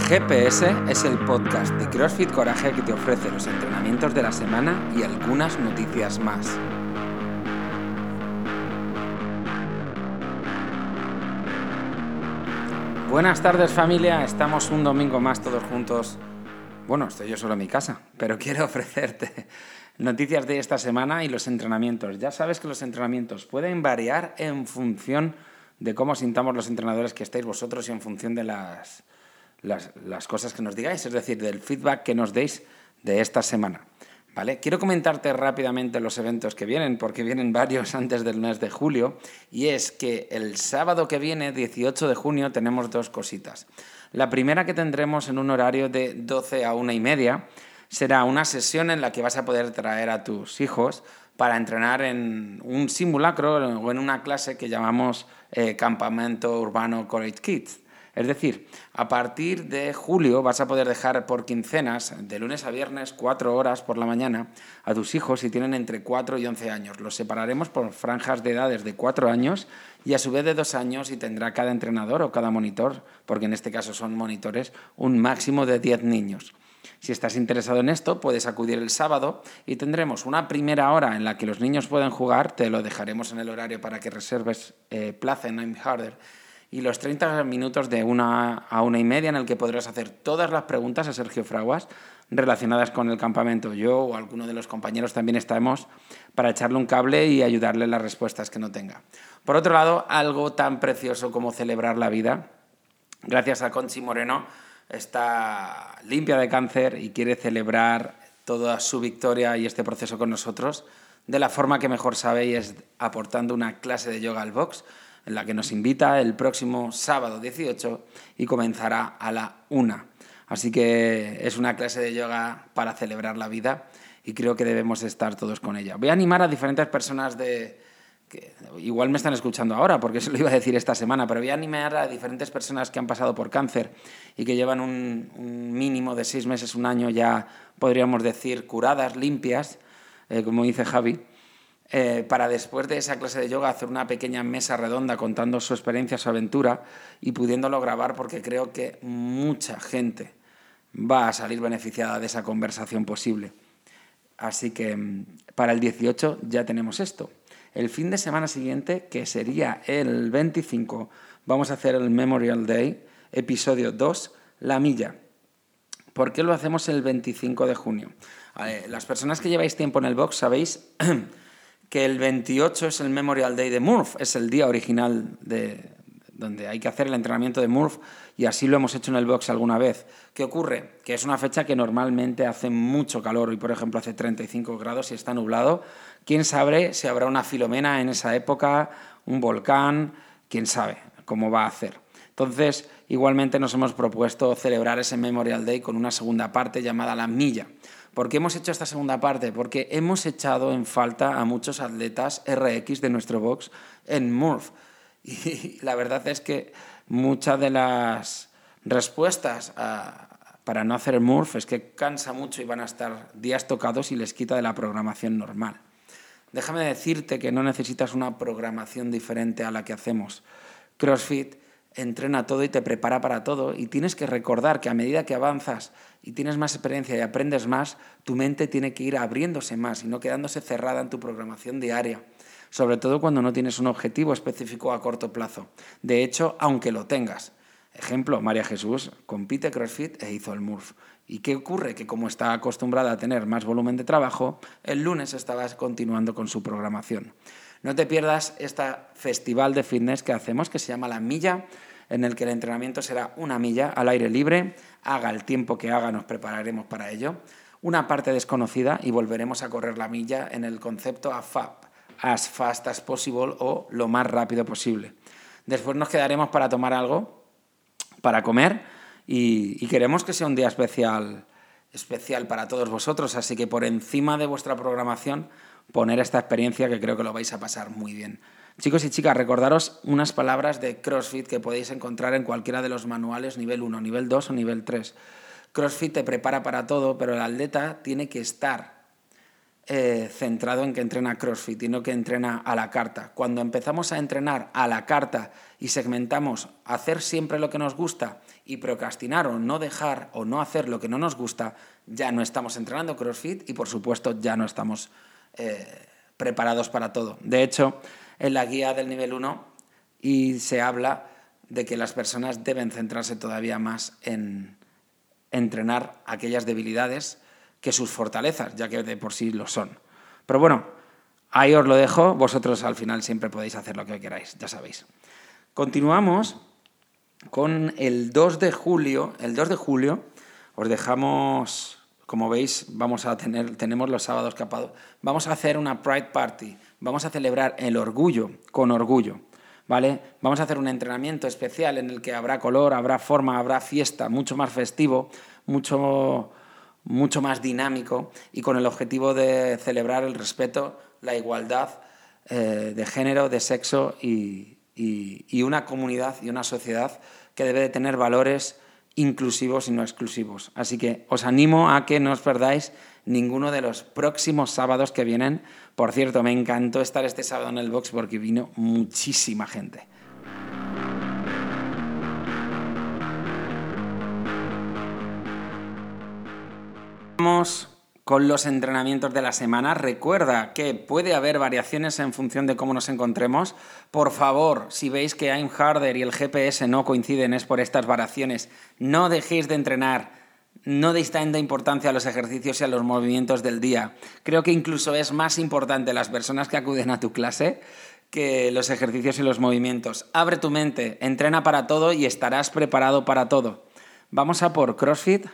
GPS es el podcast de CrossFit Coraje que te ofrece los entrenamientos de la semana y algunas noticias más. Buenas tardes, familia, estamos un domingo más todos juntos. Bueno, estoy yo solo en mi casa, pero quiero ofrecerte noticias de esta semana y los entrenamientos. Ya sabes que los entrenamientos pueden variar en función de cómo sintamos los entrenadores que estáis vosotros y en función de las cosas que nos digáis, es decir, del feedback que nos deis de esta semana. ¿Vale? Quiero comentarte rápidamente los eventos que vienen, porque vienen varios antes del mes de julio, y es que el sábado que viene, 18 de junio, tenemos dos cositas. La primera que tendremos en un horario de 12 a 1:30 será una sesión en la que vas a poder traer a tus hijos para entrenar en un simulacro o en una clase que llamamos Campamento Urbano Courage Kids. Es decir, a partir de julio vas a poder dejar por quincenas, de lunes a viernes, 4 horas por la mañana, a tus hijos si tienen entre 4 y 11 años. Los separaremos por franjas de edades de 4 años y a su vez de 2 años, y tendrá cada entrenador o cada monitor, porque en este caso son monitores, un máximo de 10 niños. Si estás interesado en esto, puedes acudir el sábado y tendremos una primera hora en la que los niños pueden jugar, te lo dejaremos en el horario para que reserves plaza en I'm Harder, y los 30 minutos de 1 a 1:30 en el que podrás hacer todas las preguntas a Sergio Fraguas relacionadas con el campamento. Yo o alguno de los compañeros también estaremos para echarle un cable y ayudarle en las respuestas que no tenga. Por otro lado, algo tan precioso como celebrar la vida. Gracias a Conchi Moreno, está limpia de cáncer y quiere celebrar toda su victoria y este proceso con nosotros de la forma que mejor sabe, y es aportando una clase de yoga al box, en la que nos invita el próximo sábado 18 y comenzará a la 1. Así que es una clase de yoga para celebrar la vida y creo que debemos estar todos con ella. Voy a animar a diferentes personas que igual me están escuchando ahora, porque eso lo iba a decir esta semana, pero voy a animar a diferentes personas que han pasado por cáncer y que llevan un mínimo de 6 meses, un año ya, podríamos decir, curadas, limpias, como dice Javi, para después de esa clase de yoga hacer una pequeña mesa redonda contando su experiencia, su aventura y pudiéndolo grabar, porque creo que mucha gente va a salir beneficiada de esa conversación posible. Así que para el 18 ya tenemos esto. El fin de semana siguiente, que sería el 25, vamos a hacer el Memorial Day, episodio 2, La Milla. ¿Por qué lo hacemos el 25 de junio? Las personas que lleváis tiempo en el box sabéis que el 28 es el Memorial Day de Murph, es el día original donde hay que hacer el entrenamiento de Murph, y así lo hemos hecho en el box alguna vez. ¿Qué ocurre? Que es una fecha que normalmente hace mucho calor, y por ejemplo hace 35 grados y está nublado. ¿Quién sabe si habrá una Filomena en esa época, un volcán? ¿Quién sabe cómo va a hacer? Entonces, igualmente nos hemos propuesto celebrar ese Memorial Day con una segunda parte llamada La Milla. ¿Por qué hemos hecho esta segunda parte? Porque hemos echado en falta a muchos atletas RX de nuestro box en Murph. Y la verdad es que muchas de las respuestas para no hacer Murph es que cansa mucho y van a estar días tocados y les quita de la programación normal. Déjame decirte que no necesitas una programación diferente a la que hacemos. CrossFit entrena todo y te prepara para todo, y tienes que recordar que a medida que avanzas y tienes más experiencia y aprendes más, tu mente tiene que ir abriéndose más y no quedándose cerrada en tu programación diaria, sobre todo cuando no tienes un objetivo específico a corto plazo. De hecho, aunque lo tengas. Ejemplo, María Jesús compite CrossFit e hizo el Murph. ¿Y qué ocurre? Que como está acostumbrada a tener más volumen de trabajo, el lunes estaba continuando con su programación. No te pierdas este festival de fitness que hacemos, que se llama La Milla, en el que el entrenamiento será 1 milla al aire libre. Haga el tiempo que haga, nos prepararemos para ello. Una parte desconocida, y volveremos a correr la milla en el concepto AFAP, as fast as possible, o lo más rápido posible. Después nos quedaremos para tomar algo, para comer, y queremos que sea un día especial para todos vosotros, así que por encima de vuestra programación poner esta experiencia, que creo que lo vais a pasar muy bien. Chicos y chicas, recordaros unas palabras de CrossFit que podéis encontrar en cualquiera de los manuales nivel 1, nivel 2 o nivel 3. CrossFit te prepara para todo, pero el atleta tiene que estar centrado en que entrena CrossFit y no que entrena a la carta. Cuando empezamos a entrenar a la carta y segmentamos hacer siempre lo que nos gusta y procrastinar o no dejar o no hacer lo que no nos gusta, ya no estamos entrenando CrossFit y por supuesto ya no estamos preparados para todo. De hecho, en la guía del nivel 1 y se habla de que las personas deben centrarse todavía más en entrenar aquellas debilidades que sus fortalezas, ya que de por sí lo son. Pero bueno, ahí os lo dejo. Vosotros al final siempre podéis hacer lo que queráis, ya sabéis. Continuamos con el 2 de julio. El 2 de julio os dejamos, como veis, tenemos los sábados capados. Vamos a hacer una Pride Party. Vamos a celebrar el orgullo con orgullo, ¿vale? Vamos a hacer un entrenamiento especial en el que habrá color, habrá forma, habrá fiesta, mucho más festivo, mucho más dinámico y con el objetivo de celebrar el respeto, la igualdad de género, de sexo y una comunidad y una sociedad que debe de tener valores inclusivos y no exclusivos. Así que os animo a que no os perdáis ninguno de los próximos sábados que vienen. Por cierto, me encantó estar este sábado en el box porque vino muchísima gente. Vamos con los entrenamientos de la semana. Recuerda que puede haber variaciones en función de cómo nos encontremos. Por favor, si veis que I'm Harder y el GPS no coinciden, es por estas variaciones. No dejéis de entrenar. No deis tanta importancia a los ejercicios y a los movimientos del día. Creo que incluso es más importante las personas que acuden a tu clase que los ejercicios y los movimientos. Abre tu mente, entrena para todo y estarás preparado para todo. Vamos a por CrossFit.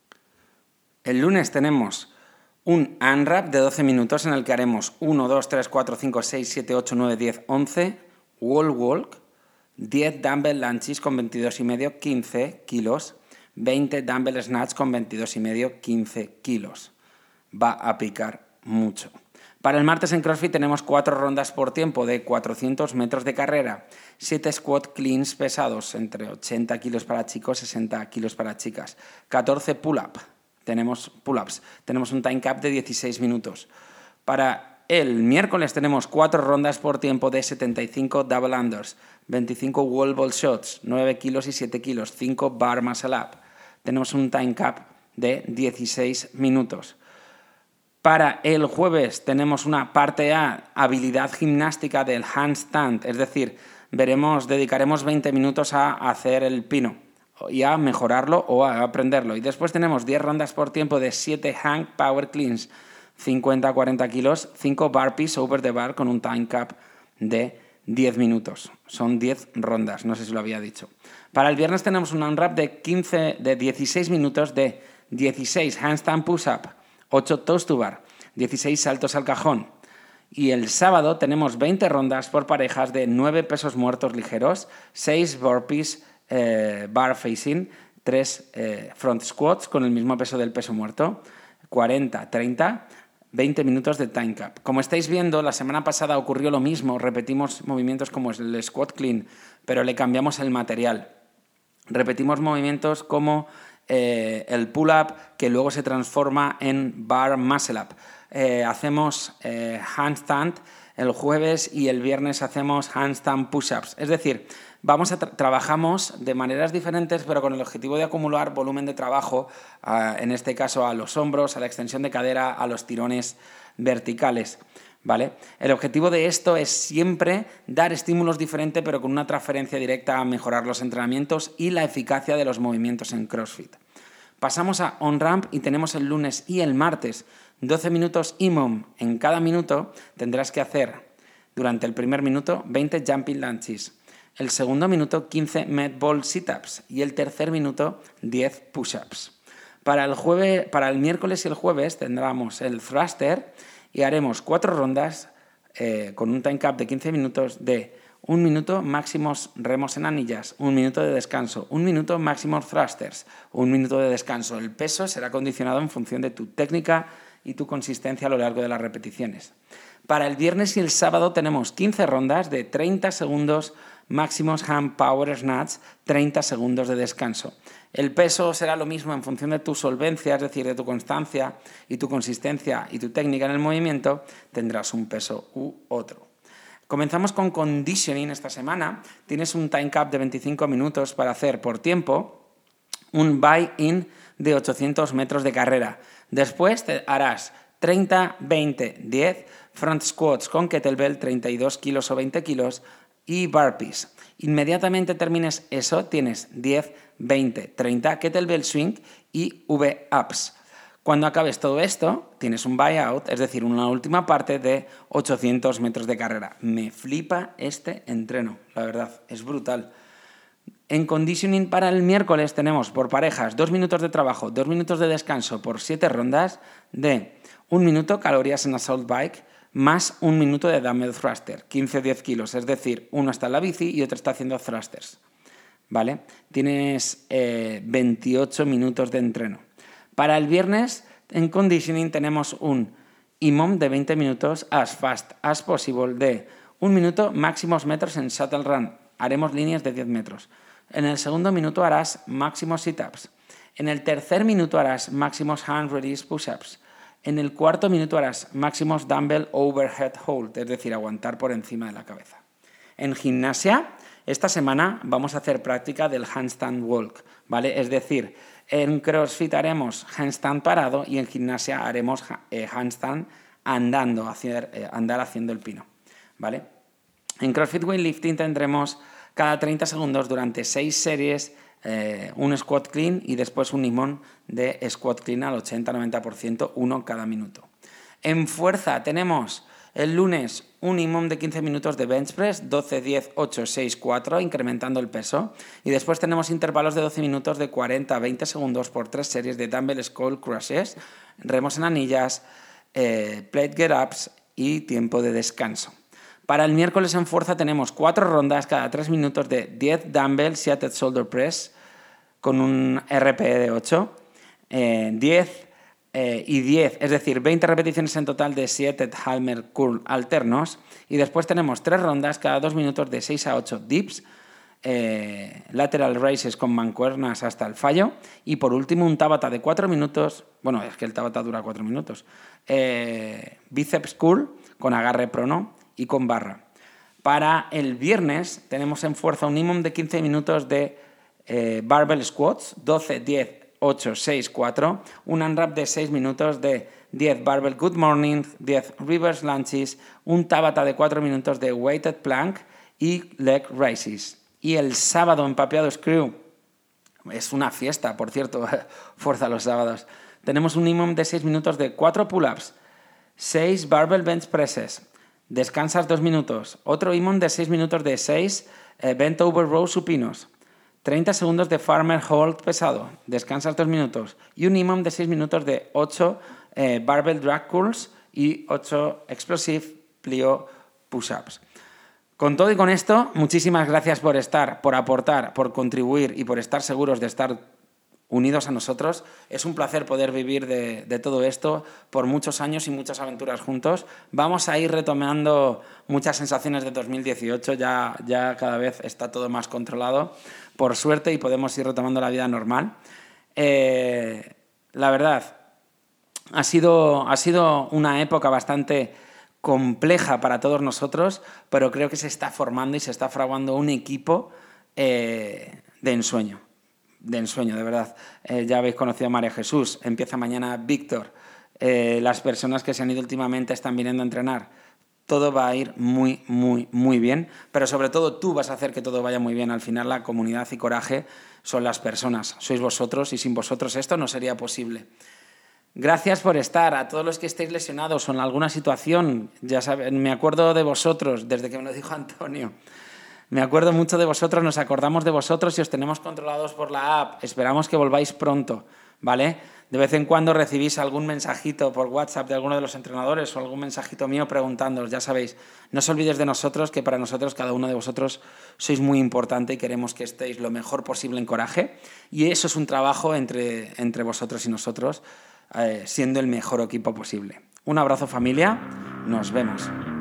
El lunes tenemos un unwrap de 12 minutos en el que haremos 1, 2, 3, 4, 5, 6, 7, 8, 9, 10, 11, wall walk, 10 dumbbell lunges con 22,5, 15 kilos, 20 dumbbell snatch con 22,5, 15 kilos. Va a picar mucho. Para el martes en CrossFit tenemos 4 rondas por tiempo de 400 metros de carrera, 7 squat cleans pesados entre 80 kilos para chicos, 60 kilos para chicas, 14 pull-ups. Tenemos un time cap de 16 minutos. Para el miércoles tenemos 4 rondas por tiempo de 75 double unders, 25 wall ball shots, 9 kilos y 7 kilos, 5 bar muscle up. Tenemos un time cap de 16 minutos. Para el jueves tenemos una parte A, habilidad gimnástica del handstand, es decir, dedicaremos 20 minutos a hacer el pino y a mejorarlo o a aprenderlo. Y después tenemos 10 rondas por tiempo de 7 hang power cleans, 50-40 kilos, 5 burpees over the bar con un time cap de 10 minutos. Son 10 rondas, no sé si lo había dicho. Para el viernes tenemos un unwrap de 16 minutos de 16 handstand push-up, 8 toes to bar, 16 saltos al cajón. Y el sábado tenemos 20 rondas por parejas de 9 pesos muertos ligeros, 6 burpees bar facing, 3 front squats con el mismo peso del peso muerto, 40, 30, 20 minutos de time cap. Como estáis viendo, la semana pasada ocurrió lo mismo, repetimos movimientos como el squat clean, pero le cambiamos el material. Repetimos movimientos como el pull-up, que luego se transforma en bar muscle up. Hacemos handstand el jueves y el viernes hacemos handstand push-ups. Es decir, trabajamos de maneras diferentes, pero con el objetivo de acumular volumen de trabajo, en este caso a los hombros, a la extensión de cadera, a los tirones verticales, ¿vale? El objetivo de esto es siempre dar estímulos diferentes, pero con una transferencia directa a mejorar los entrenamientos y la eficacia de los movimientos en CrossFit. Pasamos a on-ramp y tenemos el lunes y el martes 12 minutos EMOM. En cada minuto tendrás que hacer, durante el primer minuto, 20 jumping lunges. El segundo minuto, 15 med ball sit-ups. Y el tercer minuto, 10 push-ups. Para el miércoles y el jueves tendremos el thruster y haremos 4 rondas con un time cap de 15 minutos de 1 minuto máximos remos en anillas, 1 minuto de descanso, 1 minuto máximos thrusters, 1 minuto de descanso. El peso será condicionado en función de tu técnica y tu consistencia a lo largo de las repeticiones. Para el viernes y el sábado tenemos 15 rondas de 30 segundos máximos hand power snatch, 30 segundos de descanso. El peso será lo mismo en función de tu solvencia, es decir, de tu constancia y tu consistencia y tu técnica en el movimiento, tendrás un peso u otro. Comenzamos con conditioning esta semana. Tienes un time cap de 25 minutos para hacer por tiempo un buy-in de 800 metros de carrera. Después te harás 30, 20, 10 front squats con kettlebell, 32 kilos o 20 kilos y burpees. Inmediatamente termines eso, tienes 10, 20, 30 kettlebell swing y V-ups. Cuando acabes todo esto, tienes un buyout, es decir, una última parte de 800 metros de carrera. Me flipa este entreno, la verdad, es brutal. En conditioning para el miércoles tenemos por parejas 2 minutos de trabajo, 2 minutos de descanso por 7 rondas de 1 minuto calorías en assault bike más 1 minuto de dumbbell thruster, 15-10 kilos, es decir, uno está en la bici y otro está haciendo thrusters. ¿Vale? Tienes 28 minutos de entreno. Para el viernes en conditioning tenemos un EMOM de 20 minutos as fast as possible de 1 minuto máximos metros en shuttle run. Haremos líneas de 10 metros. En el segundo minuto harás máximos sit-ups. En el tercer minuto harás máximos hand release push-ups. En el cuarto minuto harás máximos dumbbell overhead hold, es decir, aguantar por encima de la cabeza. En gimnasia, esta semana vamos a hacer práctica del handstand walk, ¿vale? Es decir, en CrossFit haremos handstand parado y en gimnasia haremos handstand andar haciendo el pino, ¿vale? En CrossFit Weightlifting tendremos cada 30 segundos durante 6 series un squat clean y después un EMOM de squat clean al 80-90%, uno cada minuto. En fuerza tenemos el lunes un EMOM de 15 minutos de bench press, 12, 10, 8, 6, 4, incrementando el peso. Y después tenemos intervalos de 12 minutos de 40 a 20 segundos por 3 series de dumbbell skull crushes, remos en anillas, plate get-ups y tiempo de descanso. Para el miércoles en fuerza tenemos 4 rondas cada 3 minutos de 10 dumbbell seated shoulder press con un RPE de 8, 10 y 10, es decir, 20 repeticiones en total de seated hammer curl alternos. Y después tenemos 3 rondas cada 2 minutos de 6 a 8 dips, lateral raises con mancuernas hasta el fallo. Y por último un Tabata de 4 minutos, bueno, es que el Tabata dura 4 minutos, bíceps curl con agarre prono y con barra. Para el viernes tenemos en fuerza un EMOM de 15 minutos de barbell squats, 12, 10, 8, 6, 4, un unwrap de 6 minutos de 10 barbell good morning, 10 reverse lunges, un Tabata de 4 minutos de weighted plank y leg raises. Y el sábado en Papeado Screw, es una fiesta, por cierto, fuerza los sábados, tenemos un EMOM de 6 minutos de 4 pull-ups, 6 barbell bench presses, descansas 2 minutos, otro EMOM de 6 minutos de 6 bent over row supinos, 30 segundos de farmer hold pesado, descansas 2 minutos y un EMOM de 6 minutos de 8 barbell drag curls y 8 explosive plio push-ups. Con todo y con esto, muchísimas gracias por estar, por aportar, por contribuir y por estar seguros de estar unidos a nosotros. Es un placer poder vivir de todo esto por muchos años y muchas aventuras juntos. Vamos a ir retomando muchas sensaciones de 2018, ya cada vez está todo más controlado, por suerte, y podemos ir retomando la vida normal. La verdad, ha sido una época bastante compleja para todos nosotros, pero creo que se está formando y se está fraguando un equipo de ensueño. De verdad. Ya habéis conocido a María Jesús, empieza mañana Víctor, las personas que se han ido últimamente están viniendo a entrenar. Todo va a ir muy, muy, muy bien, pero sobre todo tú vas a hacer que todo vaya muy bien. Al final la comunidad y Coraje son las personas, sois vosotros, y sin vosotros esto no sería posible. Gracias por estar. A todos los que estéis lesionados o en alguna situación, ya saben, me acuerdo de vosotros desde que me lo dijo Antonio. Me acuerdo mucho de vosotros, nos acordamos de vosotros y os tenemos controlados por la app. Esperamos que volváis pronto, ¿vale? De vez en cuando recibís algún mensajito por WhatsApp de alguno de los entrenadores o algún mensajito mío preguntándoos, ya sabéis. No os olvidéis de nosotros, que para nosotros, cada uno de vosotros, sois muy importante y queremos que estéis lo mejor posible en Coraje. Y eso es un trabajo entre vosotros y nosotros, siendo el mejor equipo posible. Un abrazo, familia. Nos vemos.